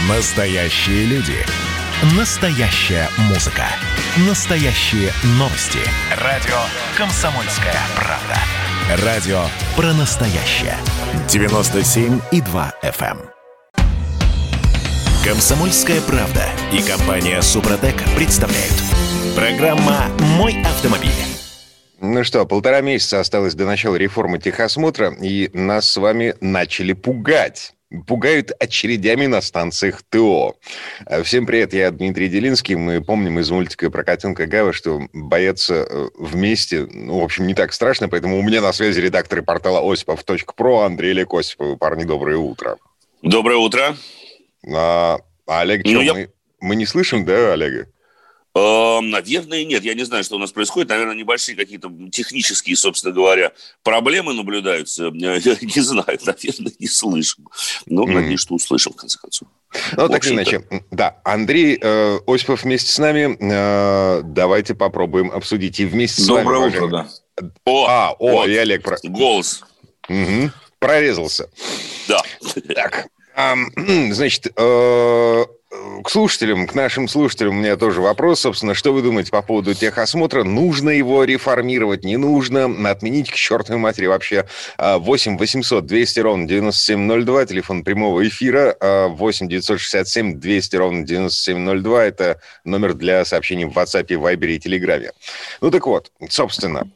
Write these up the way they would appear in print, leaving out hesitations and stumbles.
Настоящие люди. Настоящая музыка. Настоящие новости. Радио «Комсомольская правда». Радио про настоящее. 97,2 FM. «Комсомольская правда» и компания «Супротек» представляют. Программа «Мой автомобиль». Ну что, 1,5 месяца осталось до начала реформы техосмотра, и нас с вами начали пугать. Пугают очередями на станциях ТО. Всем привет, я Дмитрий Делинский. Мы помним из мультика про котенка Гава, что бояться вместе, в общем, не так страшно, поэтому у меня на связи редакторы портала Осипов.про Андрей Олег Осипов. Парни, доброе утро. Доброе утро. Олег, что, мы не слышим, да, Олега? Наверное, нет. Я не знаю, что у нас происходит. Наверное, небольшие какие-то технические, собственно говоря, проблемы наблюдаются. Я не знаю, наверное, не слышим. Но надеюсь, что услышим, в конце концов. Ну, так или иначе. Да, Андрей Осипов вместе с нами. Давайте попробуем обсудить. И вместе с вами... Доброе утро, да. Вот. И Олег... Голос. Угу. Прорезался. Да. Так, значит... К слушателям, к нашим слушателям у меня тоже вопрос. Собственно, что вы думаете по поводу техосмотра? Нужно его реформировать, не нужно? Отменить к чертовой матери вообще. 8 800 200 ровно 9702, телефон прямого эфира. 8 967 200 ровно 9702. Это номер для сообщений в WhatsApp, Viber и Telegram. Ну так вот, собственно,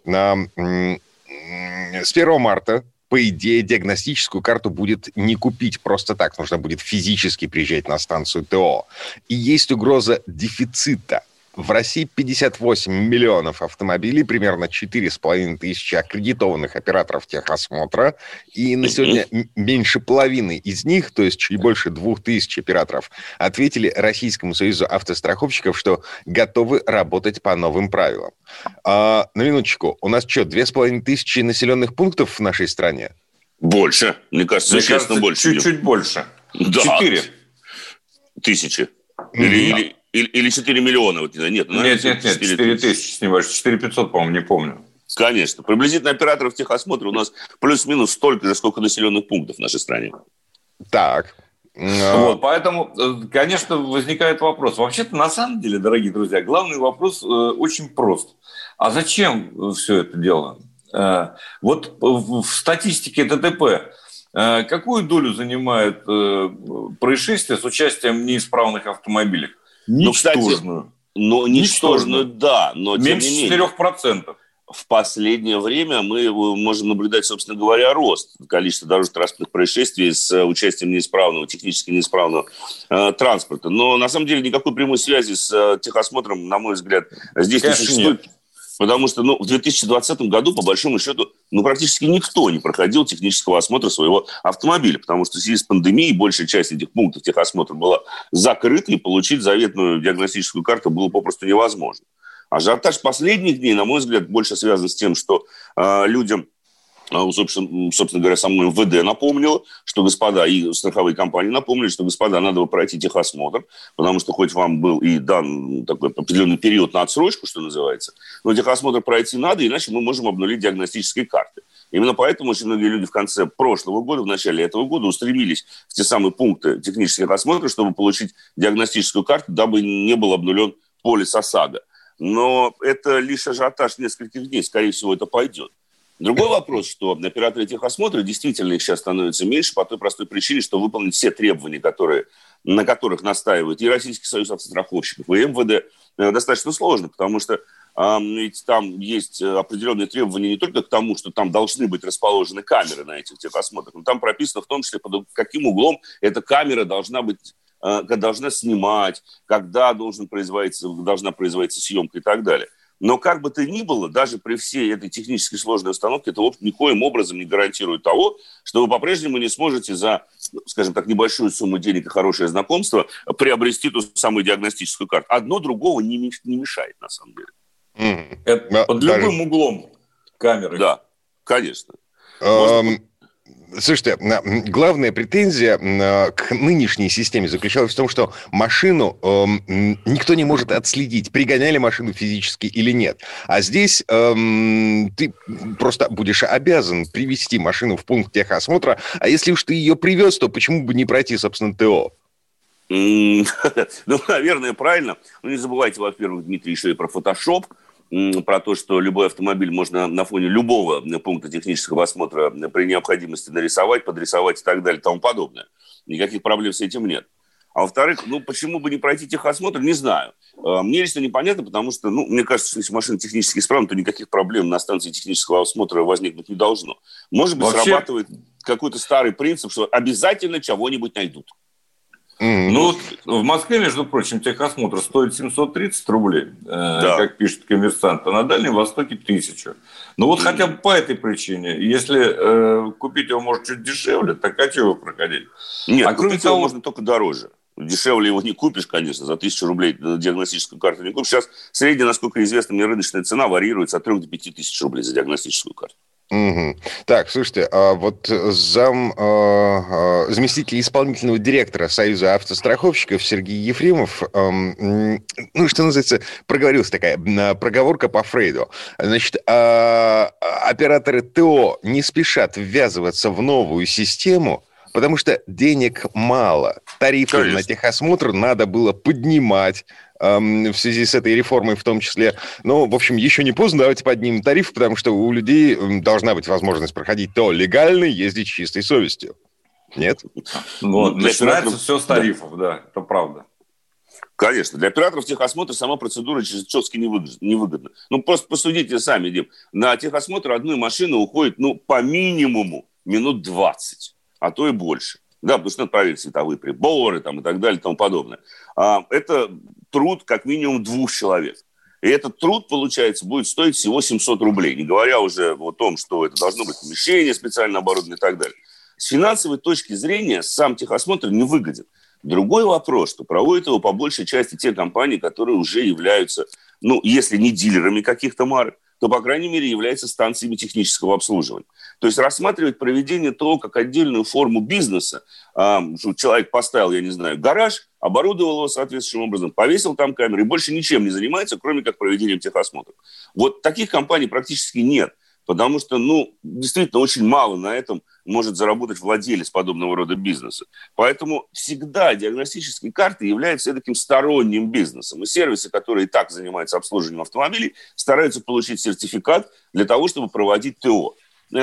с 1 марта по идее, диагностическую карту будет не купить просто так. Нужно будет физически приезжать на станцию ТО. И есть угроза дефицита. В России 58 миллионов автомобилей, примерно 4,5 тысячи аккредитованных операторов техосмотра. И на сегодня меньше половины из них, то есть чуть больше 2000 операторов, ответили Российскому союзу автостраховщиков, что готовы работать по новым правилам. На минуточку. У нас что, 2500 населенных пунктов в нашей стране? Больше. Мне кажется, существенно больше. Чуть-чуть больше. Да. 4 тысячи. Или 4 миллиона. Вот, нет, 4 тысячи с небольшим. 4500, по-моему, не помню. Конечно. Приблизительно операторов техосмотра у нас плюс-минус столько же, сколько населенных пунктов в нашей стране. Так. Вот, поэтому, конечно, возникает вопрос. Вообще-то, на самом деле, дорогие друзья, главный вопрос очень прост. А зачем все это дело? Вот в статистике ДТП какую долю занимают происшествия с участием неисправных автомобилей? Ничтожную. Ничтожную, да. Но меньше 4%. В последнее время мы можем наблюдать, собственно говоря, рост количества дорожно-транспортных происшествий с участием технически неисправного транспорта. Но на самом деле никакой прямой связи с техосмотром, на мой взгляд, здесь не существует. Нет. Потому что в 2020 году, по большому счету, практически никто не проходил технического осмотра своего автомобиля, потому что в связи с пандемией большая часть этих пунктов техосмотра была закрыта, и получить заветную диагностическую карту было попросту невозможно. Ажиотаж последних дней, на мой взгляд, больше связан с тем, что людям, собственно говоря, само МВД напомнило, что, господа, и страховые компании напомнили, что, господа, надо бы пройти техосмотр, потому что хоть вам был и дан такой определенный период на отсрочку, что называется, но техосмотр пройти надо, иначе мы можем обнулить диагностические карты. Именно поэтому очень многие люди в конце прошлого года, в начале этого года устремились в те самые пункты технических осмотров, чтобы получить диагностическую карту, дабы не был обнулен полис ОСАГО. Но это лишь ажиотаж нескольких дней, скорее всего, это пойдет. Другой вопрос, что операторы техосмотра действительно их сейчас становится меньше по той простой причине, что выполнить все требования, на которых настаивает и Российский союз автостраховщиков, и МВД, достаточно сложно, потому что ведь там есть определенные требования не только к тому, что там должны быть расположены камеры на этих техосмотрах, но там прописано в том числе, под каким углом эта камера должна снимать, когда должна производиться съемка и так далее. Но как бы то ни было, даже при всей этой технически сложной установке, это никоим образом не гарантирует того, что вы по-прежнему не сможете за, скажем так, небольшую сумму денег и хорошее знакомство приобрести ту самую диагностическую карту. Одно другого не мешает, на самом деле. Это под любым углом камеры. Да, конечно. Слушайте, главная претензия к нынешней системе заключалась в том, что машину никто не может отследить, пригоняли машину физически или нет. А здесь ты просто будешь обязан привезти машину в пункт техосмотра, а если уж ты ее привез, то почему бы не пройти, собственно, ТО? Ну, наверное, правильно. Но не забывайте, во-первых, Дмитрий, еще и про фотошоп, про то, что любой автомобиль можно на фоне любого пункта технического осмотра при необходимости нарисовать, подрисовать и так далее и тому подобное. Никаких проблем с этим нет. А во-вторых, почему бы не пройти техосмотр, не знаю. Мне лично непонятно, потому что, мне кажется, что если машина технически исправна, то никаких проблем на станции технического осмотра возникнуть не должно. Может быть, срабатывает какой-то старый принцип, что обязательно чего-нибудь найдут. Ну, в Москве, между прочим, техосмотр стоит 730 рублей, как пишет «Коммерсант», а на Дальнем Востоке 1000. Ну, вот хотя бы по этой причине. Если купить его, может, чуть дешевле, так а чего проходить? Нет, купить его можно только дороже. Дешевле его не купишь, конечно, за 1000 рублей диагностическую карту не купишь. Сейчас средняя, насколько известно мне, рыночная цена варьируется от 3 до 5 тысяч рублей за диагностическую карту. Угу. Так, слушайте, а вот заместитель исполнительного директора Союза автостраховщиков Сергей Ефремов, что называется, проговорился такая проговорка по Фрейду. Значит, операторы ТО не спешат ввязываться в новую систему, потому что денег мало. Тарифы на техосмотр надо было поднимать в связи с этой реформой в том числе. Но, в общем, еще не поздно, давайте поднимем тарифы, потому что у людей должна быть возможность проходить ТО легально, ездить с чистой совестью. Нет? Начинается все с тарифов, да, это правда. Конечно. Для операторов техосмотра сама процедура чертовски невыгодна. Просто посудите сами, Дим. На техосмотр одной машины уходит, по минимуму минут 20, а то и больше. Да, потому что надо проверить световые приборы и так далее и тому подобное. Это труд как минимум 2 человек. И этот труд, получается, будет стоить всего 700 рублей. Не говоря уже о том, что это должно быть помещение специально оборудованное и так далее. С финансовой точки зрения сам техосмотр не выгоден. Другой вопрос, что проводят его по большей части те компании, которые уже являются, если не дилерами каких-то марок, то, по крайней мере, являются станциями технического обслуживания. То есть рассматривать проведение ТО как отдельную форму бизнеса, что человек поставил, гараж, оборудовал его соответствующим образом, повесил там камеры и больше ничем не занимается, кроме как проведением техосмотра. Вот таких компаний практически нет. Потому что, действительно, очень мало на этом может заработать владелец подобного рода бизнеса. Поэтому всегда диагностические карты являются таким сторонним бизнесом. И сервисы, которые и так занимаются обслуживанием автомобилей, стараются получить сертификат для того, чтобы проводить ТО.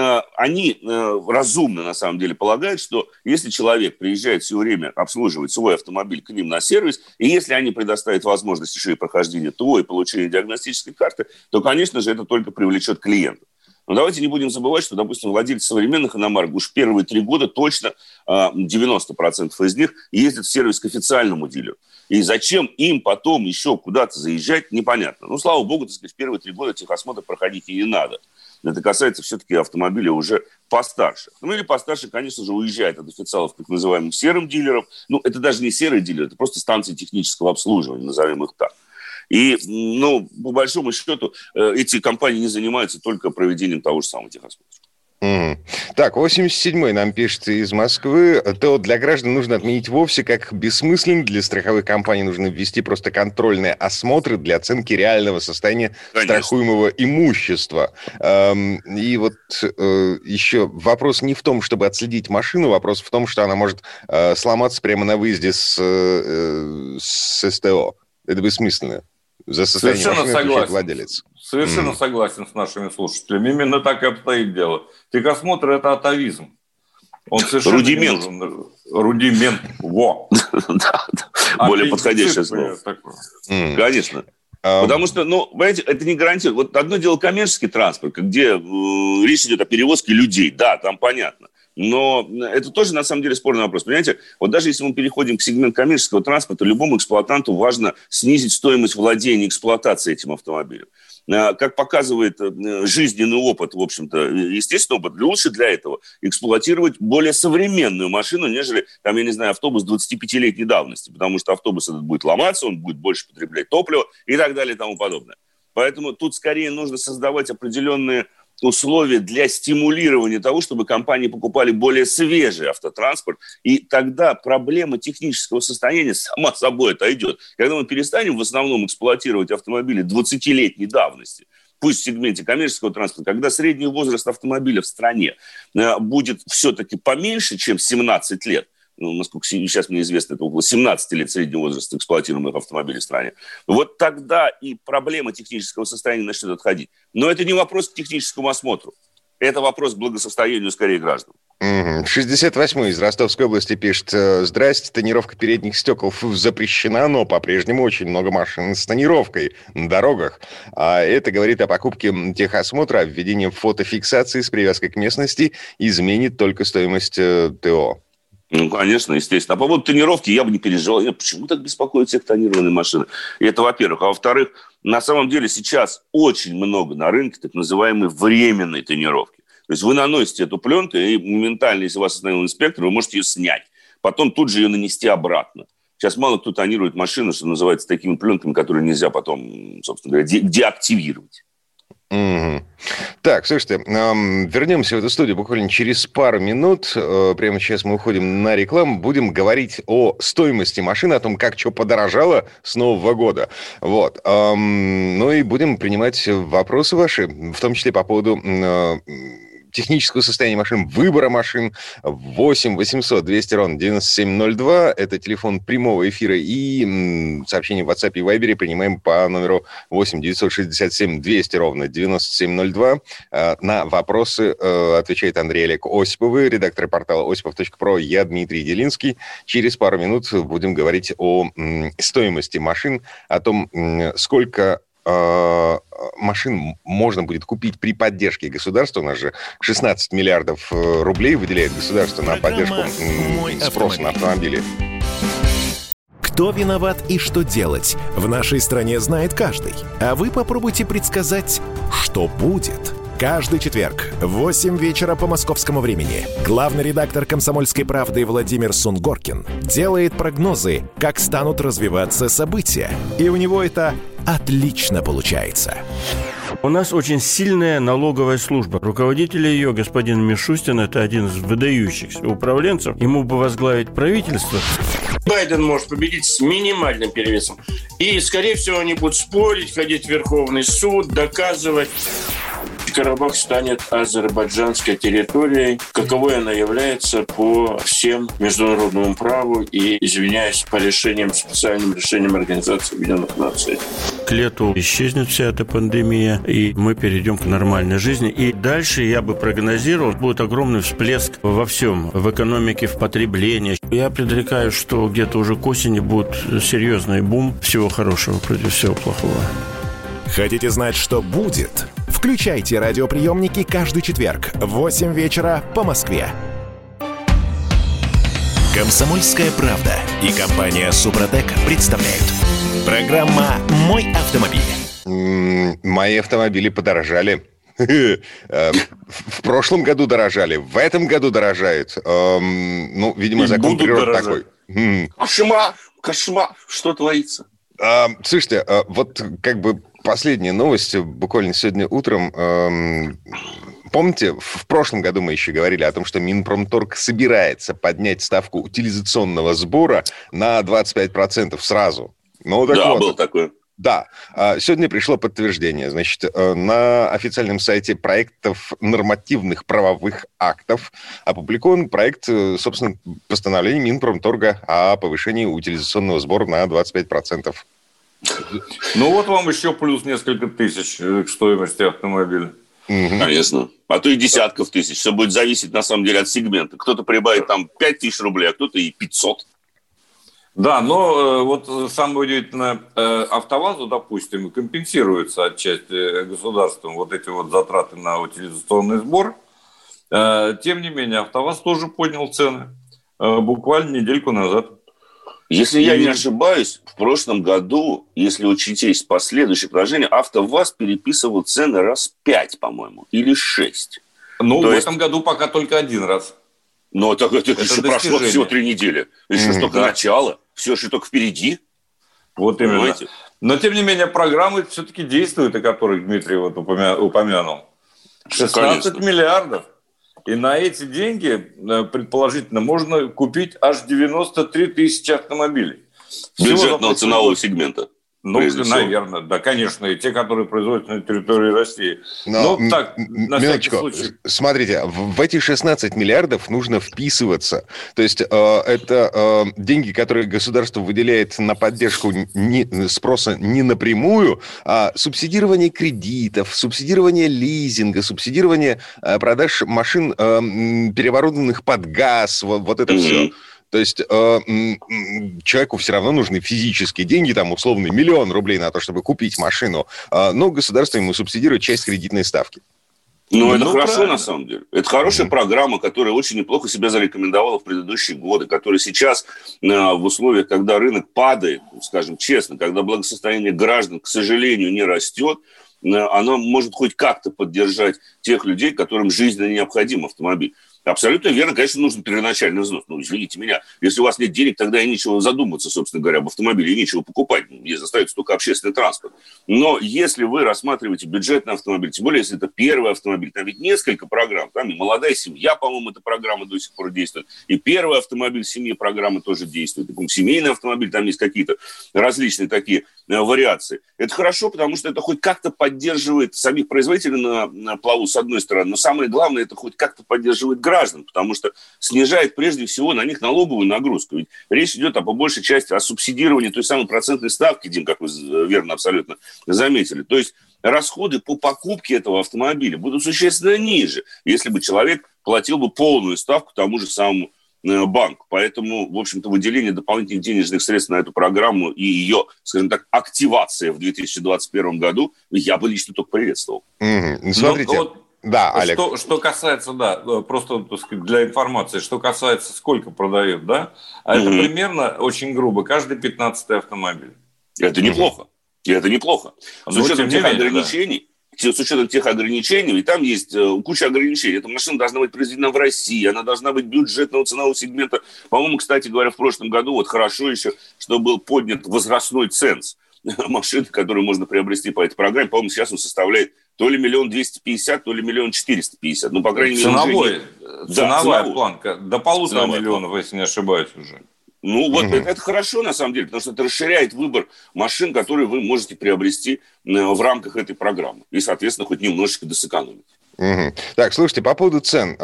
Они разумно, на самом деле, полагают, что если человек приезжает все время обслуживать свой автомобиль к ним на сервис, и если они предоставят возможность еще и прохождения ТО и получения диагностической карты, то, конечно же, это только привлечет клиентов. Но давайте не будем забывать, что, допустим, владельцы современных иномарок уж первые 3 года точно 90% из них ездят в сервис к официальному дилеру. И зачем им потом еще куда-то заезжать, непонятно. Слава богу, в первые 3 года техосмотр проходить и не надо. Это касается все-таки автомобиля уже постарше. Автомобили постарше, конечно же, уезжают от официалов так называемых серым дилеров. Это даже не серые дилеры, это просто станции технического обслуживания, назовем их так. И, по большому счету, эти компании не занимаются только проведением того же самого техосмотра. Так, 87-й нам пишет из Москвы. ТО для граждан нужно отменить вовсе как бессмысленно. Для страховых компаний нужно ввести просто контрольные осмотры для оценки реального состояния страхуемого имущества. И вот еще вопрос не в том, чтобы отследить машину, вопрос в том, что она может сломаться прямо на выезде с СТО. Это бессмысленно. За состояние машины отвечает владелец. Совершенно согласен с нашими слушателями. Именно так и обстоит дело. Техосмотр – это атовизм. Он совершенно рудимент. Не нужен. Рудимент. Во. Более подходящее слово. Конечно. Потому что, понимаете, это не гарантирует. Вот одно дело коммерческий транспорт, где речь идет о перевозке людей. Да, там понятно. Но это тоже, на самом деле, спорный вопрос. Понимаете, вот даже если мы переходим к сегменту коммерческого транспорта, любому эксплуатанту важно снизить стоимость владения и эксплуатации этим автомобилем. Как показывает жизненный опыт, в общем-то, естественно, опыт, лучше для этого эксплуатировать более современную машину, нежели, автобус 25-летней давности, потому что автобус этот будет ломаться, он будет больше потреблять топлива и так далее и тому подобное. Поэтому тут скорее нужно создавать определенные условия для стимулирования того, чтобы компании покупали более свежий автотранспорт, и тогда проблема технического состояния сама собой отойдет. Когда мы перестанем в основном эксплуатировать автомобили 20-летней давности, пусть в сегменте коммерческого транспорта, когда средний возраст автомобиля в стране будет все-таки поменьше, чем 17 лет, насколько сейчас мне известно, это около 17 лет среднего возраста эксплуатируемых автомобилей в стране, вот тогда и проблема технического состояния начнет отходить. Но это не вопрос к техническому осмотру. Это вопрос к благосостоянию, скорее, граждан. 68-й из Ростовской области пишет: «Здрасте, тонировка передних стекол запрещена, но по-прежнему очень много машин с тонировкой на дорогах. А это говорит о покупке техосмотра, введение фотофиксации с привязкой к местности изменит только стоимость ТО». Ну, конечно, естественно. А по поводу тонировки я бы не переживал. Почему так беспокоят всех тонированные машины? И это, во-первых. А во-вторых, на самом деле сейчас очень много на рынке так называемой временной тонировки. То есть вы наносите эту пленку, и моментально, если вас остановил инспектор, вы можете ее снять. Потом тут же ее нанести обратно. Сейчас мало кто тонирует машину, что называется, такими пленками, которые нельзя потом, собственно говоря, деактивировать. Угу. Так, слушайте, вернемся в эту студию буквально через пару минут. Прямо сейчас мы уходим на рекламу. Будем говорить о стоимости машины, о том, как что подорожало с Нового года. Вот. Ну и будем принимать вопросы ваши, в том числе по поводу технического состояния машин, выбора машин. 8 800 200 ровно 9702. Это телефон прямого эфира. И сообщения в WhatsApp и Viber принимаем по номеру 8 967 200 ровно 9702. На вопросы отвечает Андрей Олег Осиповый, редактор портала осипов.про. Я Дмитрий Делинский. Через пару минут будем говорить о стоимости машин, о том, сколько машин можно будет купить при поддержке государства. У нас же 16 миллиардов рублей выделяет государство на поддержку спроса на автомобили. Кто виноват и что делать, в нашей стране знает каждый. А вы попробуйте предсказать, что будет. Каждый четверг в 8 вечера по московскому времени главный редактор «Комсомольской правды» Владимир Сунгоркин делает прогнозы, как станут развиваться события. И у него это отлично получается. У нас очень сильная налоговая служба. Руководитель ее, господин Мишустин, это один из выдающихся управленцев. Ему бы возглавить правительство. Байден может победить с минимальным перевесом. И, скорее всего, они будут спорить, ходить в Верховный суд, доказывать. Карабах станет азербайджанской территорией, каковой она является по всем международному праву и, извиняюсь, по специальным решениям Организации Объединенных Наций. К лету исчезнет вся эта пандемия, и мы перейдем к нормальной жизни. И дальше, я бы прогнозировал, будет огромный всплеск во всем, в экономике, в потреблении. Я предрекаю, что где-то уже к осени будет серьезный бум всего хорошего против всего плохого. Хотите знать, что будет? Включайте радиоприемники каждый четверг в 8 вечера по Москве. «Комсомольская правда» и компания «Супротек» представляют. Программа «Мой автомобиль». Мои автомобили подорожали. В прошлом году дорожали, в этом году дорожают. Ну, видимо, закон природы такой. Кошмар, что творится? Слушайте, вот как бы последняя новость, буквально сегодня утром. Помните, в прошлом году мы еще говорили о том, что Минпромторг собирается поднять ставку утилизационного сбора на 25% сразу. Ну, так да, вот, был такой. Да. Сегодня пришло подтверждение. Значит, на официальном сайте проектов нормативных правовых актов опубликован проект, собственно, постановления Минпромторга о повышении утилизационного сбора на 25%. Ну, вот вам еще плюс несколько тысяч к стоимости автомобиля. Конечно. А то и десятков тысяч. Все будет зависеть, на самом деле, от сегмента. Кто-то прибавит там 5 тысяч рублей, а кто-то и 500. Да, но вот самое удивительное, АвтоВАЗу, допустим, компенсируется отчасти государством вот эти вот затраты на утилизационный сбор. Тем не менее, АвтоВАЗ тоже поднял цены буквально недельку назад. Если я не ошибаюсь, в прошлом году, если учесть последующие предложения, АвтоВАЗ переписывал цены раз 5, по-моему, или 6. Ну, в этом году пока только один раз. Но это еще прошло всего 3 недели. Еще только начало. Все еще только впереди. Вот именно. Понимаете? Но, тем не менее, программы все-таки действуют, о которых Дмитрий вот упомянул. 16 миллиардов. И на эти деньги, предположительно, можно купить аж 93 тысячи автомобилей. Бюджетного ценового сегмента. Ну, наверное, да, конечно, и те, которые производятся на территории России. Но, ну, так, на всякий случай. Смотрите, в эти 16 миллиардов нужно вписываться. То есть это деньги, которые государство выделяет на поддержку спроса не напрямую, а субсидирование кредитов, субсидирование лизинга, субсидирование продаж машин, переоборудованных под газ, вот это все. То есть человеку все равно нужны физические деньги, там условно 1 000 000 рублей на то, чтобы купить машину, но государство ему субсидирует часть кредитной ставки. Ну, это хорошо, правильно. На самом деле. Это хорошая программа, которая очень неплохо себя зарекомендовала в предыдущие годы, которая сейчас в условиях, когда рынок падает, скажем честно, когда благосостояние граждан, к сожалению, не растет, она может хоть как-то поддержать тех людей, которым жизненно необходим автомобиль. Абсолютно верно, конечно, нужен первоначальный взнос. Ну, извините меня, если у вас нет денег, тогда и нечего задумываться, собственно говоря, об автомобиле, и нечего покупать. Здесь остается только общественный транспорт. Но если вы рассматриваете бюджетный автомобиль, тем более, если это первый автомобиль, там ведь несколько программ, там и «Молодая семья», по-моему, эта программа до сих пор действует, и первый автомобиль семьи программа тоже действует, и, по-моему, семейный автомобиль, там есть какие-то различные такие вариации. Это хорошо, потому что это хоть как-то поддерживает самих производителей на плаву, с одной стороны, но самое главное, это хоть как-то поддерживает граждан, потому что снижает прежде всего на них налоговую нагрузку. Ведь речь идет по большей части о субсидировании той самой процентной ставки, Дим, как вы верно абсолютно заметили. То есть расходы по покупке этого автомобиля будут существенно ниже, если бы человек платил бы полную ставку тому же самому банку. Поэтому, в общем-то, выделение дополнительных денежных средств на эту программу и ее, скажем так, активация в 2021 году я бы лично только приветствовал. Смотрите... Да, Олег. Что касается, да, просто, так сказать, для информации, что касается, сколько продают, да, это примерно, очень грубо, каждый 15-й автомобиль. Это неплохо. И это неплохо. С учетом тех ограничений, с учетом тех ограничений, ведь там есть куча ограничений. Эта машина должна быть произведена в России, она должна быть бюджетного ценового сегмента. По-моему, кстати говоря, в прошлом году, вот хорошо еще, что был поднят возрастной ценз машин, которые можно приобрести по этой программе. По-моему, сейчас он составляет то ли 1 250 000, то ли 1 450 000. Ну, по крайней мере, ценовая планка. До 1,5 миллиона, если не ошибаюсь уже. Ну, вот это хорошо, на самом деле, потому что это расширяет выбор машин, которые вы можете приобрести в рамках этой программы. И, соответственно, хоть немножечко досэкономить. Так, слушайте, по поводу цен.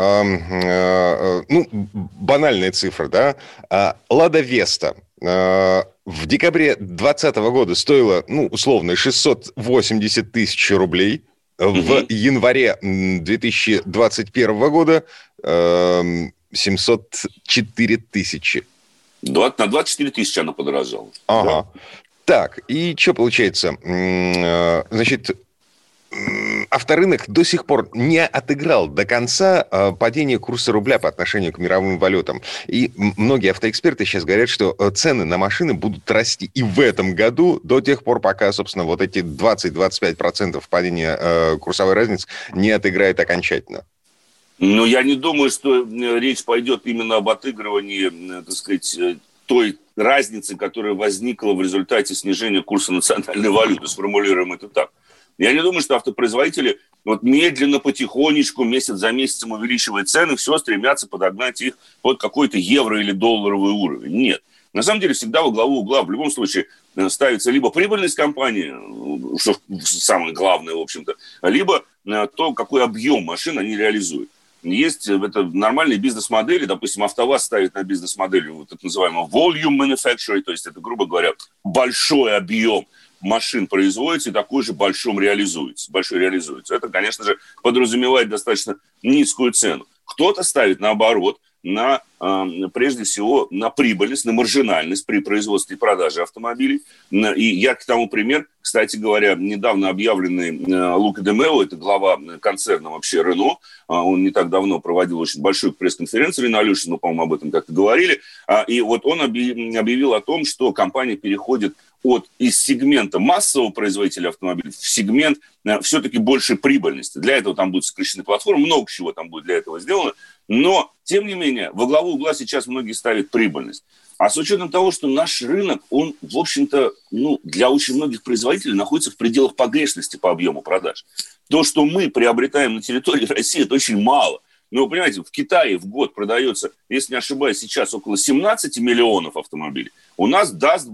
Банальная цифра, да? «Лада Веста» в декабре 2020 года стоила, условно, 680 000 рублей. В январе 2021 года 704 000. На 24 000 она подорожала. Ага. Да. Так, и что получается? Значит, авторынок до сих пор не отыграл до конца падение курса рубля по отношению к мировым валютам. И многие автоэксперты сейчас говорят, что цены на машины будут расти и в этом году до тех пор, пока, собственно, вот эти 20-25% падения курсовой разницы не отыграет окончательно. Ну, я не думаю, что речь пойдет именно об отыгрывании, так сказать, той разницы, которая возникла в результате снижения курса национальной валюты. Сформулируем это так. Я не думаю, что автопроизводители медленно, потихонечку, месяц за месяцем увеличивая цены, все стремятся подогнать их под какой-то евро- или долларовый уровень. Нет. На самом деле всегда во главу угла в любом случае ставится либо прибыльность компании, что самое главное, в общем-то, либо то, какой объем машин они реализуют. Есть это нормальные бизнес-модели, допустим, АвтоВАЗ ставит на бизнес-модель так называемого volume manufacturing, то есть это, грубо говоря, большой объем машин производится и такой же большой реализуется. Это, конечно же, подразумевает достаточно низкую цену. Кто-то ставит наоборот прежде всего на прибыльность, на маржинальность при производстве и продаже автомобилей. И яркий тому пример, кстати говоря, недавно объявленный Лука де Мео, это глава концерна вообще Рено, он не так давно проводил очень большую пресс-конференцию, Рено Алешин, мы, по-моему, об этом как-то говорили, и вот он объявил о том, что компания переходит из сегмента массового производителя автомобилей в сегмент все-таки большей прибыльности. Для этого там будут сокращены платформы, много чего там будет для этого сделано, но, тем не менее, во главу угла сейчас многие ставят прибыльность. А с учетом того, что наш рынок, он, в общем-то, для очень многих производителей находится в пределах погрешности по объему продаж. То, что мы приобретаем на территории России, это очень мало. Но вы понимаете, в Китае в год продается, если не ошибаюсь, сейчас около 17 миллионов автомобилей. У нас, даст Бог,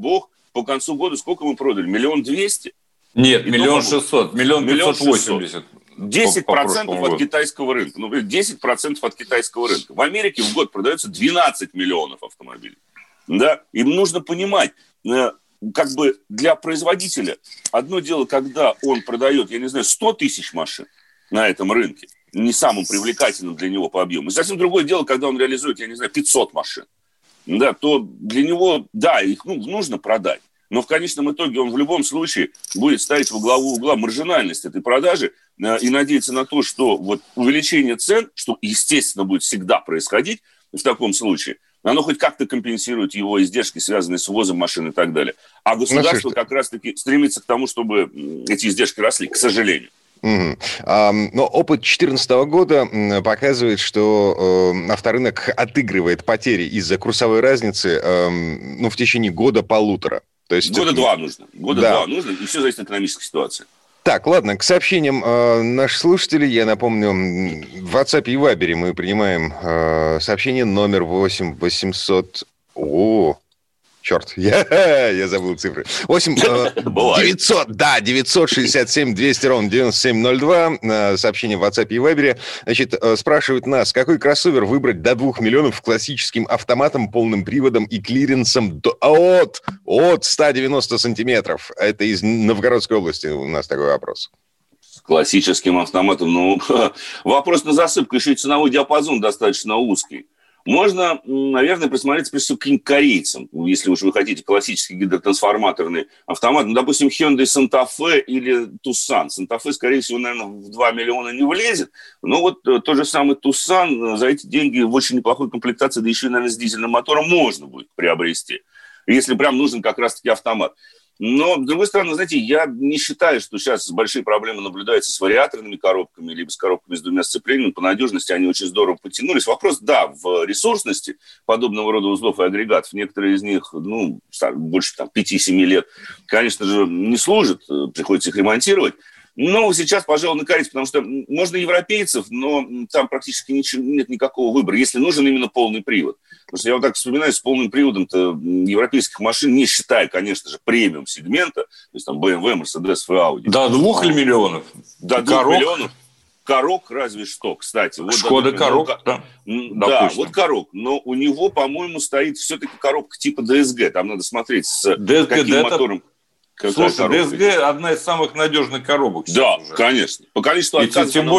по концу года сколько мы продали? 1 200 000? Нет, 1 600 000, 1 580 000. 10% от китайского рынка. 10% от китайского рынка. В Америке в год продается 12 миллионов автомобилей. Да? Им нужно понимать, как бы для производителя одно дело, когда он продает, 100 тысяч машин на этом рынке, не самым привлекательным для него по объему. И совсем другое дело, когда он реализует, 500 машин. Да, то для него, да, их нужно продать. Но в конечном итоге он в любом случае будет ставить во главу угла маржинальность этой продажи и надеяться на то, что вот увеличение цен, что, естественно, будет всегда происходить в таком случае, оно хоть как-то компенсирует его издержки, связанные с ввозом машин и так далее. А государство как раз-таки стремится к тому, чтобы эти издержки росли, к сожалению. Но опыт 2014 года показывает, что авторынок отыгрывает потери из-за курсовой разницы в течение года-полутора. То есть Года два нужно, и все зависит от экономической ситуации. Так, ладно, к сообщениям наших слушателей. Я напомню, в WhatsApp и Viber мы принимаем сообщение номер 8 800... Черт, я забыл цифры. 967-200-97-02. Сообщение в WhatsApp и Viber. Значит, спрашивают нас, какой кроссовер выбрать до 2 миллионов классическим автоматом, полным приводом и клиренсом от 190 сантиметров. Это из Новгородской области у нас такой вопрос. С классическим автоматом, вопрос на засыпку. Еще и ценовой диапазон достаточно узкий. Можно, наверное, присмотреться прежде всего к корейцам, если уж вы хотите классический гидротрансформаторный автомат. Допустим, Hyundai Santa Fe или Tucson. Santa Fe, скорее всего, наверное, в 2 миллиона не влезет. Но вот тот же самый Tucson за эти деньги в очень неплохой комплектации, да еще и, наверное, с дизельным мотором можно будет приобрести, если прям нужен как раз-таки автомат. Но, с другой стороны, знаете, я не считаю, что сейчас большие проблемы наблюдаются с вариаторными коробками, либо с коробками с двумя сцеплениями. По надежности они очень здорово потянулись. Вопрос, да, в ресурсности подобного рода узлов и агрегатов. Некоторые из них, больше 5-7 лет, конечно же, не служат, приходится их ремонтировать. Но сейчас, пожалуй, на корейцев, потому что можно европейцев, но там практически нет никакого выбора, если нужен именно полный привод. Потому что я вот так вспоминаю, с полным приводом-то европейских машин, не считая, конечно же, премиум-сегмента, то есть там BMW, Mercedes и Audi. До 2 миллионов? До 2 миллионов. Корок разве что, кстати. Вот Шкода Корок, да. Да, вот Корок. Но у него, по-моему, стоит все-таки коробка типа DSG. Там надо смотреть, с каким мотором. Слушай, DSG одна из самых надежных коробок. Да, уже. Конечно. По количеству отказов тем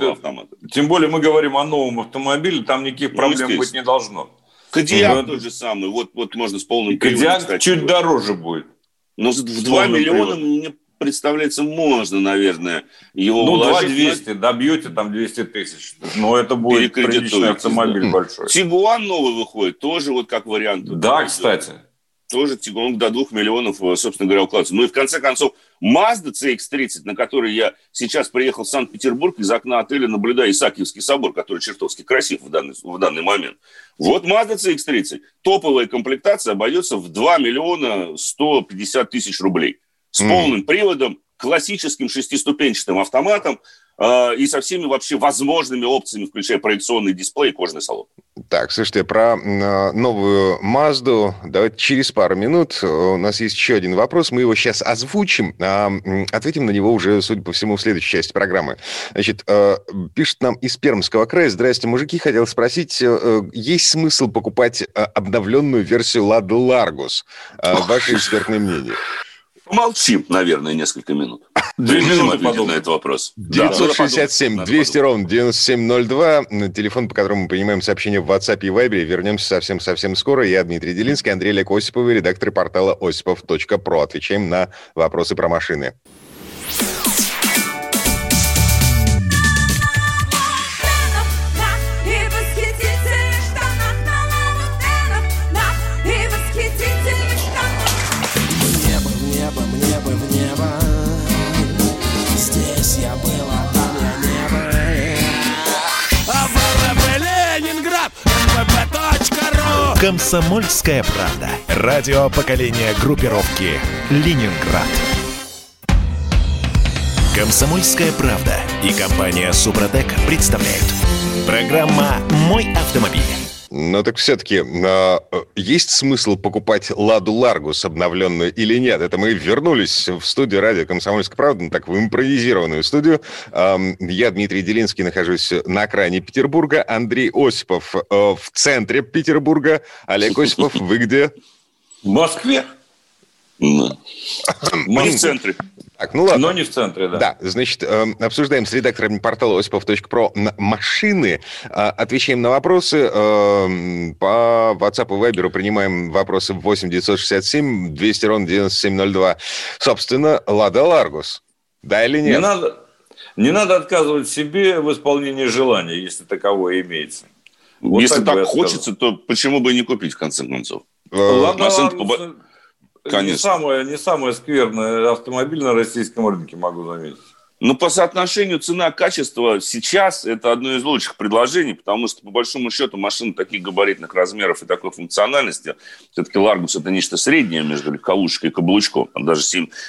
более мы говорим о новом автомобиле, там никаких проблем быть не должно. Кодиак тот же самый, вот можно с полным приводом. Кодиак чуть дороже будет. Но в 2 миллиона, мне представляется, можно, наверное, его вложить. 200, добьете там 200 тысяч. Но это будет приличный автомобиль большой. Тигуан новый выходит, тоже вот как вариант. Да, кстати. Тоже Тигуан до 2 миллионов, собственно говоря, укладывается. Ну и в конце концов, Mazda CX-30, на которой я сейчас приехал в Санкт-Петербург, из окна отеля наблюдаю Исаакиевский собор, который чертовски красив в данный момент. Вот Mazda CX-30. Топовая комплектация обойдется в 2 миллиона 150 тысяч рублей. С полным приводом, классическим шестиступенчатым автоматом и со всеми вообще возможными опциями, включая проекционный дисплей и кожаный салон. Так, слушайте, про новую Мазду давайте через пару минут. У нас есть еще один вопрос, мы его сейчас озвучим, а ответим на него уже, судя по всему, в следующей части программы. Значит, пишет нам из Пермского края: здрасте, мужики, хотел спросить, есть смысл покупать обновленную версию Lada Largus? Ваше экспертное мнение. Помолчим, наверное, несколько минут. 2 минуты ответим на этот вопрос. 967-200-97-02. Телефон, по которому мы принимаем сообщения в WhatsApp и Viber. Вернемся совсем скоро. Я Дмитрий Делинский, Андрей Олег Осипов, редактор портала osipov.pro. Отвечаем на вопросы про машины. «Комсомольская правда». Радио поколения группировки «Ленинград». «Комсомольская правда» и компания «Супротек» представляют. Программа «Мой автомобиль». Но так все-таки есть смысл покупать «Ладу Ларгус» обновленную или нет? Это мы вернулись в студию радио «Комсомольская правда», так в импровизированную студию. Я, Дмитрий Делинский, нахожусь на окраине Петербурга. Андрей Осипов в центре Петербурга. Олег Осипов, вы где? В Москве. Мы в центре. Так, ну ладно. Но не в центре, да. Да, значит, обсуждаем с редакторами портала osipov.pro машины, отвечаем на вопросы. По WhatsApp и Viber принимаем вопросы 8 967 200 ровно 9702. Собственно, «Лада Ларгус». Да или нет? Не надо отказывать себе в исполнении желания, если таковое имеется. Вот если так сказал. хочется, то почему бы и не купить, в конце концов? «Лада Машина Ларгус» Конечно. не самый скверный автомобиль на российском рынке, могу заметить. Но по соотношению цена-качество сейчас это одно из лучших предложений, потому что, по большому счету, машина таких габаритных размеров и такой функциональности, все-таки «Ларгус» — это нечто среднее между легковушкой и каблучком. Там даже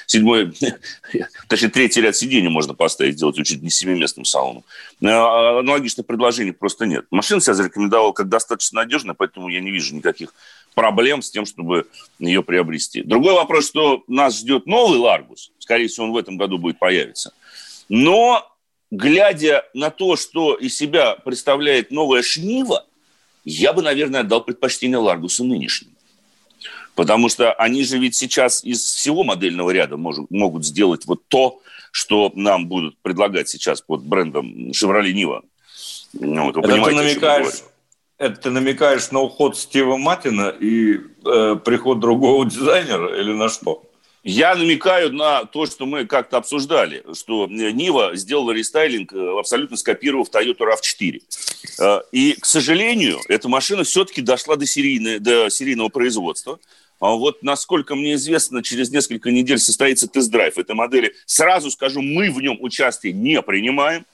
третий ряд сидений можно поставить, сделать чуть не семиместным салоном. Аналогичных предложений просто нет. Машина себя зарекомендовала как достаточно надежная, поэтому я не вижу никаких проблем с тем, чтобы ее приобрести. Другой вопрос, что нас ждет новый «Ларгус». Скорее всего, он в этом году будет появиться. Но, глядя на то, что из себя представляет новая «Шнива», я бы, наверное, отдал предпочтение «Ларгусу» нынешнему. Потому что они же ведь сейчас из всего модельного ряда могут сделать вот то, что нам будут предлагать сейчас под брендом Chevrolet Niva. Вот, вы понимаете, это ты намекаешь на уход Стива Маттина и приход другого дизайнера или на что? Я намекаю на то, что мы как-то обсуждали, что Нива сделала рестайлинг, абсолютно скопировав Toyota RAV4. И, к сожалению, эта машина все-таки дошла до серийного производства. А вот, насколько мне известно, через несколько недель состоится тест-драйв этой модели. Сразу скажу, мы в нем участие не принимаем.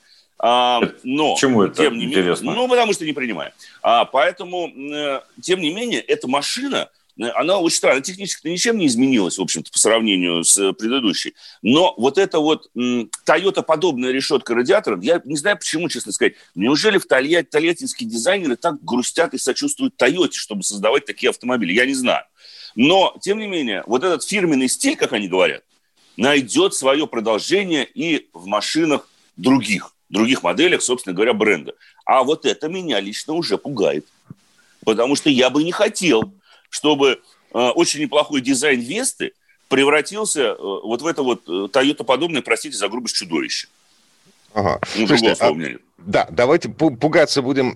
Но, почему это тем не интересно? Ну, потому что не принимаем. Поэтому, тем не менее, эта машина, она очень странная. Технически ничем не изменилась, в общем-то, по сравнению с предыдущей. Но вот эта вот Toyota-подобная решетка радиаторов, я не знаю почему, честно сказать. Неужели тольяттинские дизайнеры так грустят и сочувствуют Тойоте, чтобы создавать такие автомобили? Я не знаю. Но, тем не менее, вот этот фирменный стиль, как они говорят, найдет свое продолжение и в машинах других моделях, собственно говоря, бренда. А вот это меня лично уже пугает. Потому что я бы не хотел, чтобы очень неплохой дизайн Весты превратился вот в это вот Toyota-подобное, простите за грубость, чудовище. Ага. Другого слова у меня нет. Да, давайте пугаться будем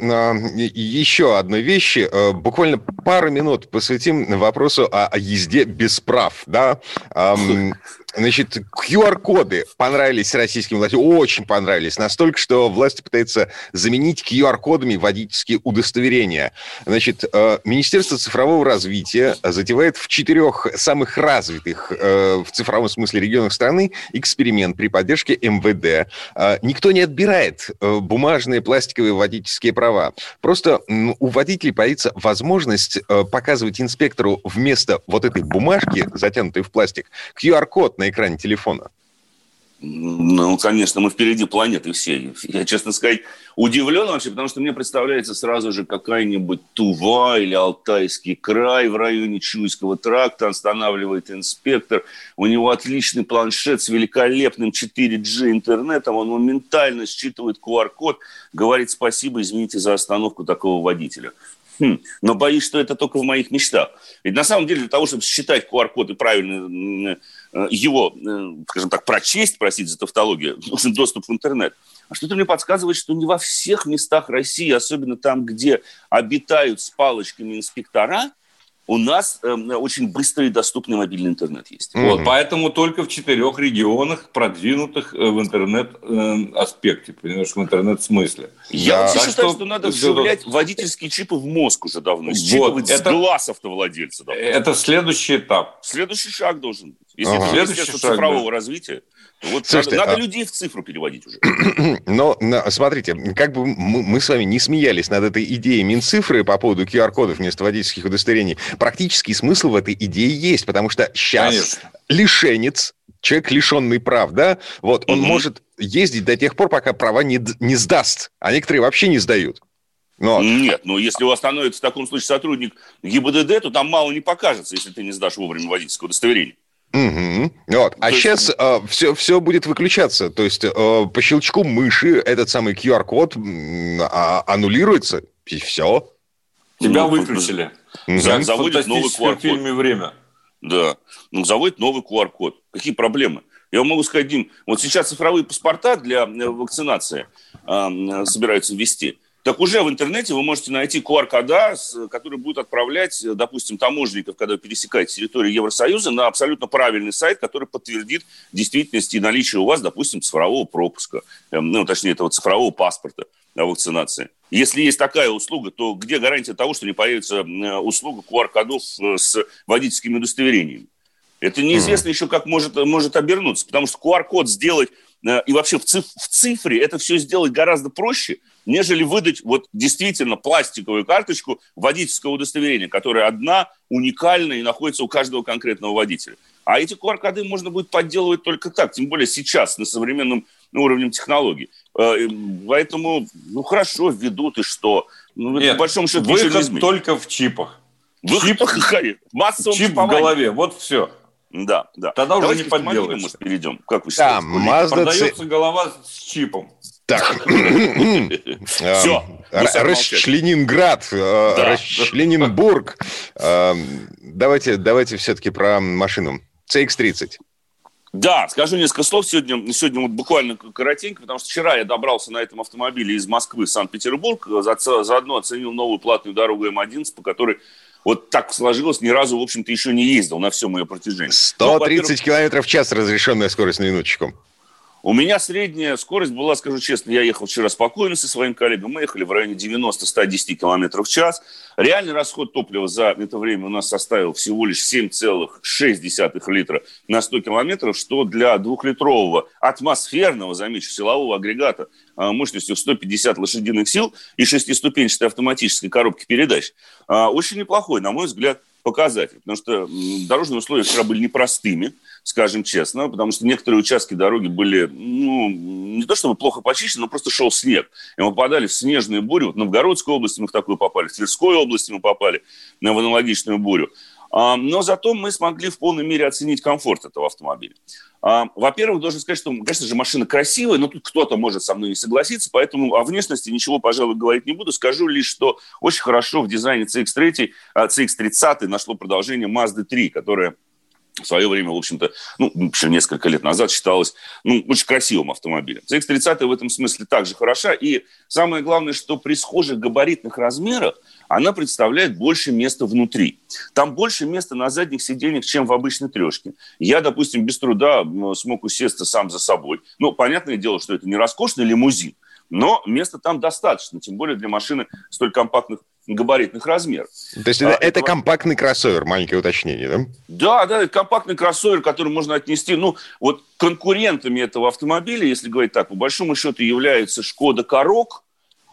еще одной вещи. Буквально пару минут посвятим вопросу о езде без прав. Да? Значит, QR-коды понравились российским властям, очень понравились. Настолько, что власти пытаются заменить QR-кодами водительские удостоверения. Значит, Министерство цифрового развития затевает в 4 самых развитых в цифровом смысле регионах страны эксперимент при поддержке МВД. Никто не отбирает бумажные пластиковые водительские права. Просто у водителей появится возможность показывать инспектору вместо вот этой бумажки, затянутой в пластик, QR-код на экране телефона. Ну, конечно, мы впереди планеты всей. Я, честно сказать, удивлен вообще, потому что мне представляется сразу же какая-нибудь Тува или Алтайский край в районе Чуйского тракта, останавливает инспектор, у него отличный планшет с великолепным 4G интернетом, он моментально считывает QR-код, говорит спасибо, извините за остановку такого водителя. Но боюсь, что это только в моих мечтах. Ведь на самом деле для того, чтобы считать QR-код и правильно его, скажем так, прочесть, простите за тавтологию, нужен доступ в интернет. А что-то мне подсказывает, что не во всех местах России, особенно там, где обитают с палочками инспектора, у нас очень быстрый и доступный мобильный интернет есть. Вот, поэтому только в 4 регионах, продвинутых в интернет-аспекте, понимаешь, в интернет-смысле. Я вообще считаю, что надо вживлять водительские чипы в мозг уже давно. Считывать с глаз автовладельца. Это следующий этап. Следующий шаг должен быть. Если это Министерство цифрового развития, вот слушайте, надо людей в цифру переводить уже. Но смотрите, как бы мы с вами не смеялись над этой идеей Минцифры по поводу QR-кодов вместо водительских удостоверений, практический смысл в этой идее есть, потому что сейчас лишенец, человек, лишенный прав, да, вот, он может ездить до тех пор, пока права не сдаст, а некоторые вообще не сдают. Нет, если остановится в таком случае сотрудник ГИБДД, то там мало не покажется, если ты не сдашь вовремя водительское удостоверение. А сейчас все будет выключаться. То есть по щелчку мыши этот самый QR-код аннулируется, и все. Тебя выключили. Заводит новый QR-код. В фильме «Время». Да, заводит новый QR-код. Какие проблемы? Я вам могу сказать, Дим, вот сейчас цифровые паспорта для вакцинации собираются ввести. Так уже в интернете вы можете найти QR-кода, который будет отправлять, допустим, таможенников, когда вы пересекаете территорию Евросоюза, на абсолютно правильный сайт, который подтвердит действительность и наличие у вас, допустим, цифрового пропуска, точнее, этого цифрового паспорта о вакцинации. Если есть такая услуга, то где гарантия того, что не появится услуга QR-кодов с водительскими удостоверениями? Это неизвестно еще, как может обернуться, потому что QR-код сделать и вообще в цифре это все сделать гораздо проще, нежели выдать вот действительно пластиковую карточку водительского удостоверения, которая одна, уникальна и находится у каждого конкретного водителя. А эти QR-коды можно будет подделывать только так, тем более сейчас на современном уровне технологий. Поэтому, хорошо, введут, и что? Нет, по большому счету, выход только в чипах. Чип в голове, вот все. Да. Тогда уже не подделаешь. Может, перейдем. Как вы считаете? Продается голова с чипом. Так. Все. Расчленинград, Расчлененбург. Давайте все-таки про машину. CX-30. Да, скажу несколько слов сегодня вот буквально коротенько, потому что вчера я добрался на этом автомобиле из Москвы в Санкт-Петербург, заодно оценил новую платную дорогу М11, по которой вот так сложилось, ни разу, в общем-то, еще не ездил на всем ее протяжении. 130 километров в час разрешенная скорость, на минуточку. У меня средняя скорость была, скажу честно, я ехал вчера спокойно со своим коллегом, мы ехали в районе 90-110 км в час. Реальный расход топлива за это время у нас составил всего лишь 7,6 литра на 100 километров, что для двухлитрового атмосферного, замечу, силового агрегата мощностью в 150 лошадиных сил и шестиступенчатой автоматической коробки передач очень неплохой, на мой взгляд, показатель. Потому что дорожные условия вчера были непростыми, скажем честно, потому что некоторые участки дороги были, не то чтобы плохо почищены, но просто шел снег. И мы попадали в снежную бурю. Вот в Новгородской области мы в такую попали, в Тверской области мы попали в аналогичную бурю. Но зато мы смогли в полной мере оценить комфорт этого автомобиля. Во-первых, должен сказать, что, конечно же, машина красивая, но тут кто-то может со мной не согласиться, поэтому о внешности ничего, пожалуй, говорить не буду. Скажу лишь, что очень хорошо в дизайне CX-30 нашло продолжение Mazda 3, которая в свое время, в общем-то, еще несколько лет назад считалась очень красивым автомобилем. CX-30 в этом смысле также хороша. И самое главное, что при схожих габаритных размерах она представляет больше места внутри. Там больше места на задних сиденьях, чем в обычной трешке. Я, допустим, без труда смог усесться сам за собой. Понятное дело, что это не роскошный лимузин, но места там достаточно, тем более для машины столь компактных габаритных размеров. То есть это компактный кроссовер, маленькое уточнение, да? Да, это компактный кроссовер, который можно отнести, вот конкурентами этого автомобиля, если говорить так, по большому счету являются Шкода Корок,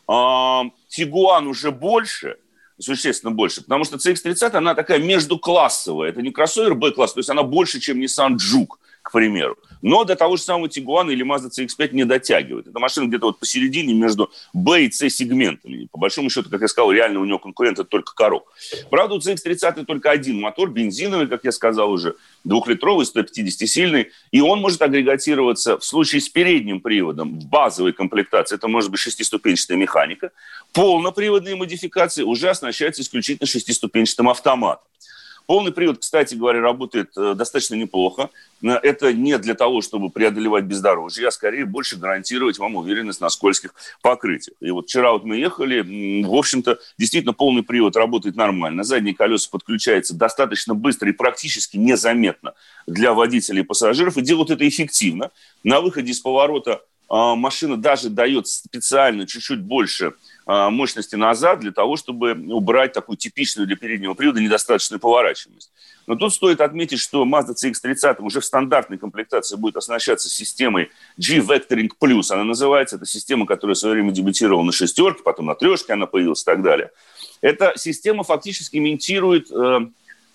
Тигуан уже больше, существенно больше, потому что CX-30, она такая междуклассовая, это не кроссовер Б-класс, то есть она больше, чем Nissan Juke, к примеру. Но до того же самого Тигуана или Mazda CX-5 не дотягивает. Эта машина где-то вот посередине между Б и С сегментами. По большому счету, как я сказал, реально у него конкурент это только Корок. Правда, у CX-30 только один мотор, бензиновый, как я сказал уже, 2-литровый, 150-сильный. И он может агрегатироваться в случае с передним приводом в базовой комплектации. Это может быть шестиступенчатая механика. Полноприводные модификации уже оснащаются исключительно шестиступенчатым автоматом. Полный привод, кстати говоря, работает достаточно неплохо. Это не для того, чтобы преодолевать бездорожье, а скорее больше гарантировать вам уверенность на скользких покрытиях. И вот вчера мы ехали, в общем-то, действительно полный привод работает нормально. Задние колеса подключаются достаточно быстро и практически незаметно для водителей и пассажиров. И делают это эффективно. На выходе из поворота машина даже дает специально чуть-чуть больше мощности назад для того, чтобы убрать такую типичную для переднего привода недостаточную поворачиваемость. Но тут стоит отметить, что Mazda CX-30 уже в стандартной комплектации будет оснащаться системой G-Vectoring Plus. Она называется, это система, которая в свое время дебютировала на шестерке, потом на трешке она появилась и так далее. Эта система фактически имитирует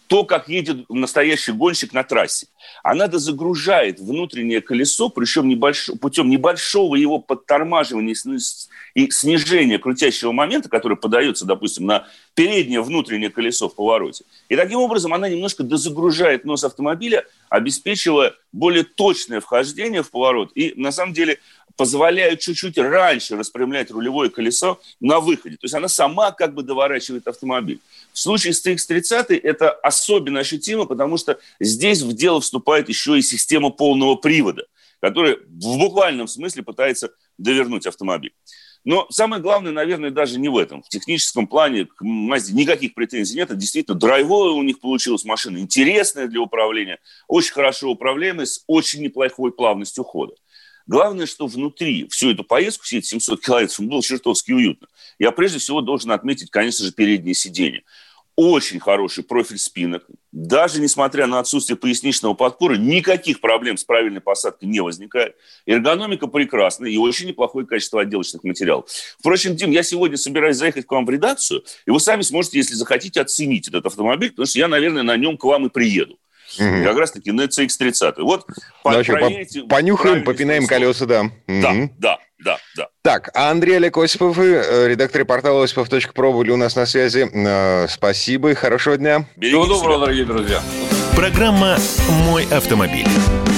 то, как едет настоящий гонщик на трассе. Она дозагружает внутреннее колесо, причем путем небольшого его подтормаживания и снижения крутящего момента, который подается, допустим, на переднее внутреннее колесо в повороте. И таким образом она немножко дозагружает нос автомобиля, обеспечивая более точное вхождение в поворот и, на самом деле, позволяют чуть-чуть раньше распрямлять рулевое колесо на выходе. То есть она сама как бы доворачивает автомобиль. В случае с TX30 это особенно ощутимо, потому что здесь в дело вступает еще и система полного привода, которая в буквальном смысле пытается довернуть автомобиль. Но самое главное, наверное, даже не в этом. В техническом плане к Mazda никаких претензий нет. Это действительно драйвовая у них получилась машина, интересная для управления, очень хорошо управляемая, с очень неплохой плавностью хода. Главное, что внутри всю эту поездку, все эти 700 километров, было чертовски уютно. Я прежде всего должен отметить, конечно же, переднее сиденье. Очень хороший профиль спинок. Даже несмотря на отсутствие поясничного подпора, никаких проблем с правильной посадкой не возникает. Эргономика прекрасная и очень неплохое качество отделочных материалов. Впрочем, Дим, я сегодня собираюсь заехать к вам в редакцию, и вы сами сможете, если захотите, оценить этот автомобиль, потому что я, наверное, на нем к вам и приеду. Как раз-таки на CX-30. Вот проверите. Понюхаем, попинаем колеса, да. Да. Так, а Андрей Олег Осипов, редактор портала осипов.про, были у нас на связи. Спасибо и хорошего дня. Всего доброго, дорогие друзья. Программа «Мой автомобиль».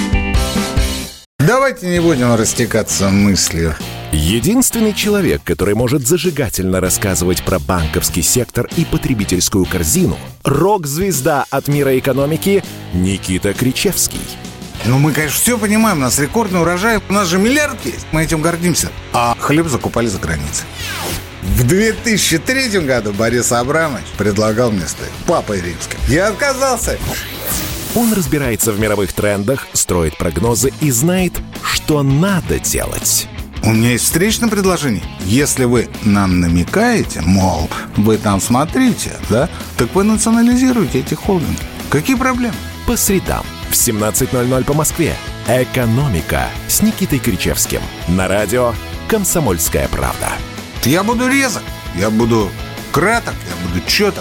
Давайте не будем растекаться мыслью. Единственный человек, который может зажигательно рассказывать про банковский сектор и потребительскую корзину – рок-звезда от мира экономики Никита Кричевский. Ну, мы, конечно, все понимаем, у нас рекордный урожай, у нас же миллиард есть, мы этим гордимся. А хлеб закупали за границей. В 2003 году Борис Абрамович предлагал мне стать папой римским. Я отказался. Он разбирается в мировых трендах, строит прогнозы и знает, что надо делать. У меня есть встречное предложение. Если вы нам намекаете, мол, вы там смотрите, да, так вы национализируете эти холдинги. Какие проблемы? По средам в 17:00 по Москве. «Экономика» с Никитой Кричевским. На радио «Комсомольская правда». Я буду резок, я буду краток, я буду чёток.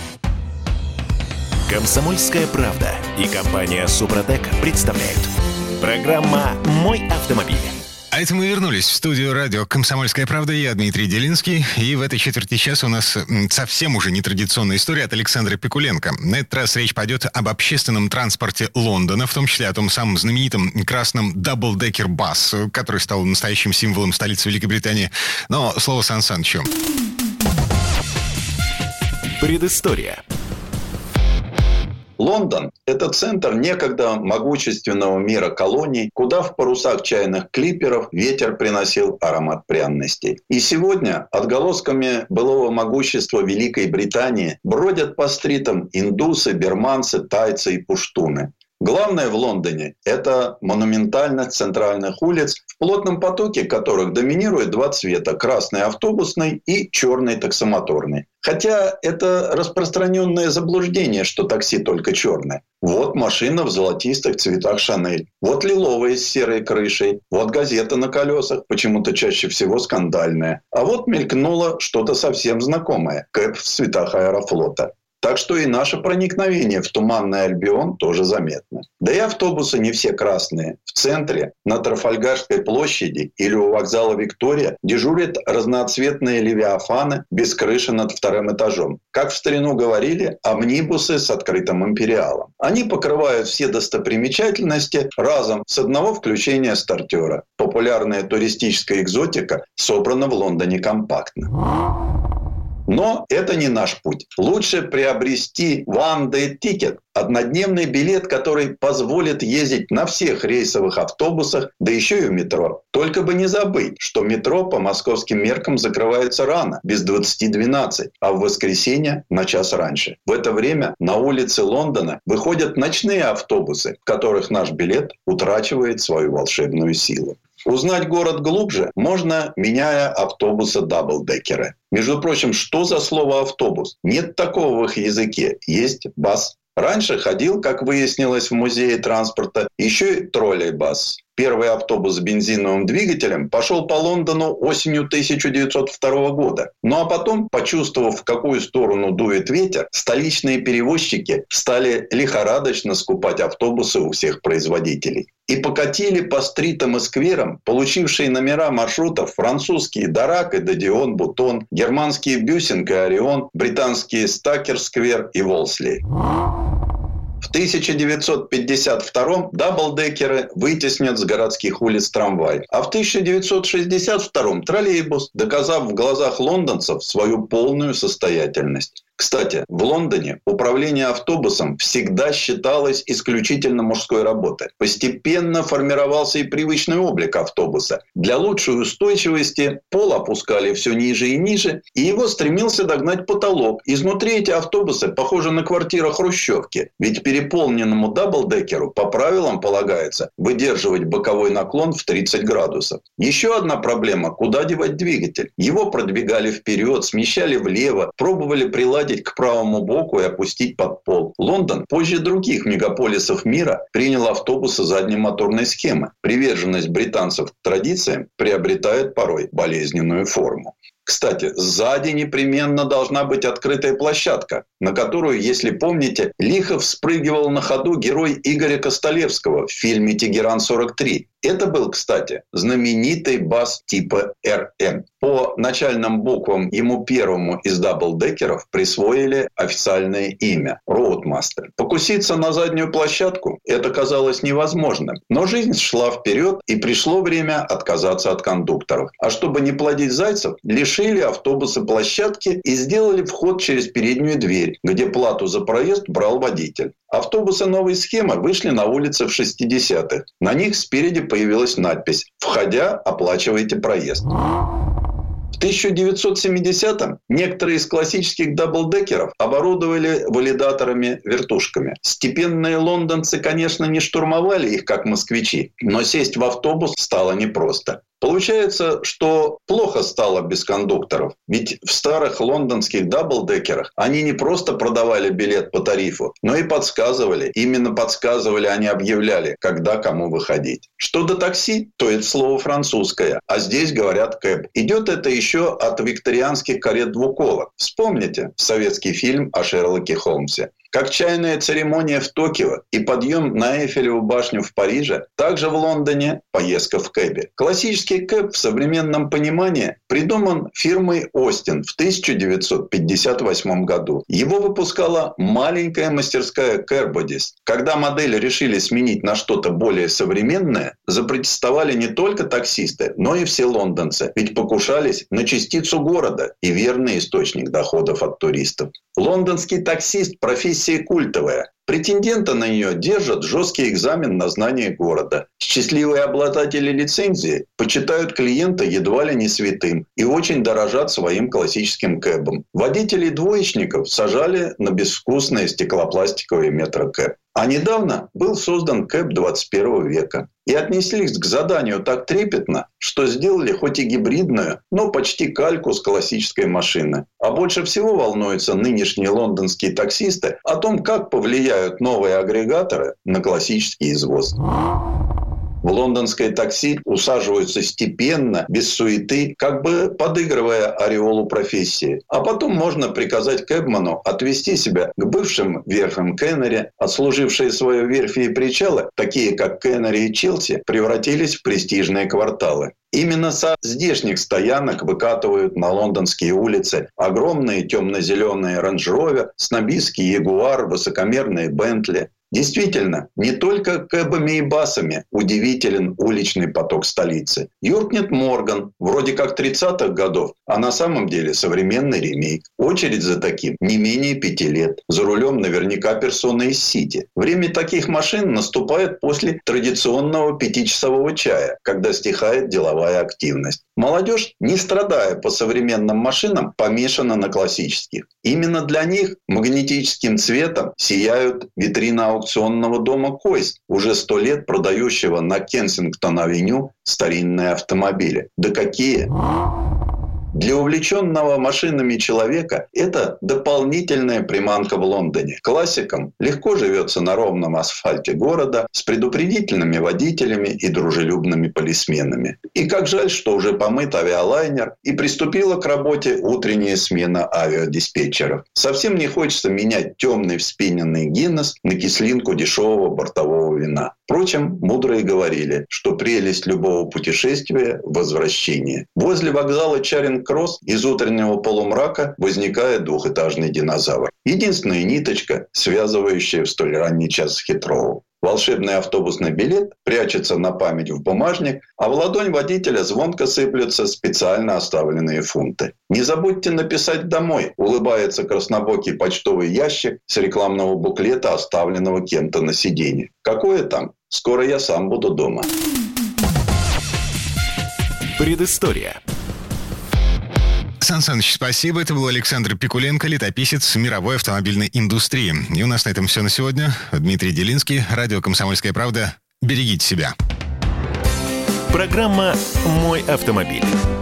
«Комсомольская правда» и компания «Супротек» представляют. Программа «Мой автомобиль». А это мы вернулись в студию радио «Комсомольская правда». Я Дмитрий Делинский. И в этой четверти часа у нас совсем уже нетрадиционная история от Александра Пикуленко. На этот раз речь пойдет об общественном транспорте Лондона, в том числе о том самом знаменитом красном даблдекер-бас, который стал настоящим символом столицы Великобритании. Но слово Сан Санычу. Предыстория. Лондон – это центр некогда могущественного мира колоний, куда в парусах чайных клиперов ветер приносил аромат пряностей. И сегодня отголосками былого могущества Великой Британии бродят по стритам индусы, бирманцы, тайцы и пуштуны. Главное в Лондоне – это монументальность центральных улиц, в плотном потоке которых доминирует два цвета – красный автобусный и черный таксомоторный. Хотя это распространенное заблуждение, что такси только черное. Вот машина в золотистых цветах Шанель, вот лиловая с серой крышей, вот газета на колесах, почему-то чаще всего скандальная. А вот мелькнуло что-то совсем знакомое – кэп в цветах Аэрофлота. Так что и наше проникновение в Туманный Альбион тоже заметно. Да и автобусы не все красные. В центре, на Трафальгарской площади или у вокзала Виктория дежурят разноцветные левиафаны без крыши над вторым этажом. Как в старину говорили, амнибусы с открытым империалом. Они покрывают все достопримечательности разом с одного включения стартера. Популярная туристическая экзотика собрана в Лондоне компактно. Но это не наш путь. Лучше приобрести One Day Ticket – однодневный билет, который позволит ездить на всех рейсовых автобусах, да еще и в метро. Только бы не забыть, что метро по московским меркам закрывается рано, без 20:12, а в воскресенье на час раньше. В это время на улицы Лондона выходят ночные автобусы, в которых наш билет утрачивает свою волшебную силу. Узнать город глубже можно, меняя автобусы-даблдекеры. Между прочим, что за слово «автобус»? Нет такого в их языке. Есть бас. Раньше ходил, как выяснилось в музее транспорта, еще и троллейбус. Первый автобус с бензиновым двигателем пошел по Лондону осенью 1902 года. Ну а потом, почувствовав, в какую сторону дует ветер, столичные перевозчики стали лихорадочно скупать автобусы у всех производителей. И покатили по стритам и скверам, получившие номера маршрутов, французские Дарак и Додион Бутон, германские Бюсинг и Орион, британские Стакер-сквер и Волсли. В 1952-м даблдекеры вытеснят с городских улиц трамвай, а в 1962-м троллейбус, доказав в глазах лондонцев свою полную состоятельность. Кстати, в Лондоне управление автобусом всегда считалось исключительно мужской работой. Постепенно формировался и привычный облик автобуса. Для лучшей устойчивости пол опускали все ниже и ниже, и его стремился догнать потолок. Изнутри эти автобусы похожи на квартиры хрущевки, ведь переполненному даблдекеру по правилам полагается выдерживать боковой наклон в 30 градусов. Еще одна проблема – куда девать двигатель? Его продвигали вперед, смещали влево, пробовали приладить к правому боку и опустить под пол. Лондон позже других мегаполисов мира принял автобусы задней моторной схемы. Приверженность британцев к традициям приобретает порой болезненную форму. Кстати, сзади непременно должна быть открытая площадка, на которую, если помните, лихо вспрыгивал на ходу герой Игоря Костолевского в фильме «Тегеран-43». Это был, кстати, знаменитый бас типа РМ. По начальным буквам ему первому из даблдекеров присвоили официальное имя – Роудмастер. Покуситься на заднюю площадку – это казалось невозможным. Но жизнь шла вперед, и пришло время отказаться от кондукторов. А чтобы не плодить зайцев, лишили автобусы площадки и сделали вход через переднюю дверь, где плату за проезд брал водитель. Автобусы новой схемы вышли на улицы в 60-х. На них спереди появилась надпись «Входя, оплачивайте проезд». В 1970-м некоторые из классических даблдекеров оборудовали валидаторами-вертушками. Степенные лондонцы, конечно, не штурмовали их, как москвичи, но сесть в автобус стало непросто. Получается, что плохо стало без кондукторов. Ведь в старых лондонских даблдекерах они не просто продавали билет по тарифу, но и подсказывали. Именно подсказывали, а не объявляли, когда кому выходить. Что до такси, то это слово французское, а здесь говорят кэб. Идет это еще от викторианских карет-двуколок. Вспомните советский фильм о Шерлоке Холмсе. Как чайная церемония в Токио и подъем на Эйфелеву башню в Париже, также в Лондоне поездка в кэбе. Классический кэб в современном понимании придуман фирмой Остин в 1958 году. Его выпускала маленькая мастерская Кербодис. Когда модель решили сменить на что-то более современное, запротестовали не только таксисты, но и все лондонцы, ведь покушались на частицу города и верный источник доходов от туристов. Лондонский таксист – профессия культовая. Претенденты на нее держат жесткий экзамен на знание города. Счастливые обладатели лицензии почитают клиента едва ли не святым и очень дорожат своим классическим кэбом. Водителей двоечников сажали на безвкусные стеклопластиковые метрокэб. А недавно был создан кэб 21 века. И отнеслись к заданию так трепетно, что сделали хоть и гибридную, но почти кальку с классической машины. А больше всего волнуются нынешние лондонские таксисты о том, как повлияют новые агрегаторы на классический извоз. В лондонское такси усаживаются степенно, без суеты, как бы подыгрывая ореолу профессии. А потом можно приказать кэбману отвезти себя к бывшим верфям Кеннери. Отслужившие свое верфи и причалы, такие как Кеннери и Челси, превратились в престижные кварталы. Именно со здешних стоянок выкатывают на лондонские улицы огромные темно-зеленые рейндж-ровер, снобистский ягуар, высокомерные Бентли. Действительно, не только кэбами и басами удивителен уличный поток столицы. Юркнет Морган, вроде как 30-х годов, а на самом деле современный ремейк. Очередь за таким не менее 5 лет. За рулем наверняка персона из Сити. Время таких машин наступает после традиционного 5-часового чая, когда стихает деловая активность. Молодежь, не страдая по современным машинам, помешана на классических. Именно для них магнетическим цветом сияют витрины аукционного дома «Койс», уже 100 лет продающего на Кенсингтон-авеню старинные автомобили. Да какие! Для увлеченного машинами человека это дополнительная приманка в Лондоне. Классикам легко живется на ровном асфальте города с предупредительными водителями и дружелюбными полисменами. И как жаль, что уже помыт авиалайнер и приступила к работе утренняя смена авиадиспетчеров. Совсем не хочется менять темный вспененный Гиннес на кислинку дешевого бортового вина. Впрочем, мудрые говорили, что прелесть любого путешествия – возвращение. Возле вокзала Чаринг-Кросс из утреннего полумрака возникает двухэтажный динозавр. Единственная ниточка, связывающая в столь ранний час Хитроу. Волшебный автобусный билет прячется на память в бумажник, а в ладонь водителя звонко сыплются специально оставленные фунты. «Не забудьте написать домой», — улыбается краснобокий почтовый ящик с рекламного буклета, оставленного кем-то на сиденье. «Какое там? Скоро я сам буду дома». Предыстория. Сан Саныч, спасибо. Это был Александр Пикуленко, летописец мировой автомобильной индустрии. И у нас на этом все на сегодня. Дмитрий Делинский, радио «Комсомольская правда». Берегите себя. Программа «Мой автомобиль».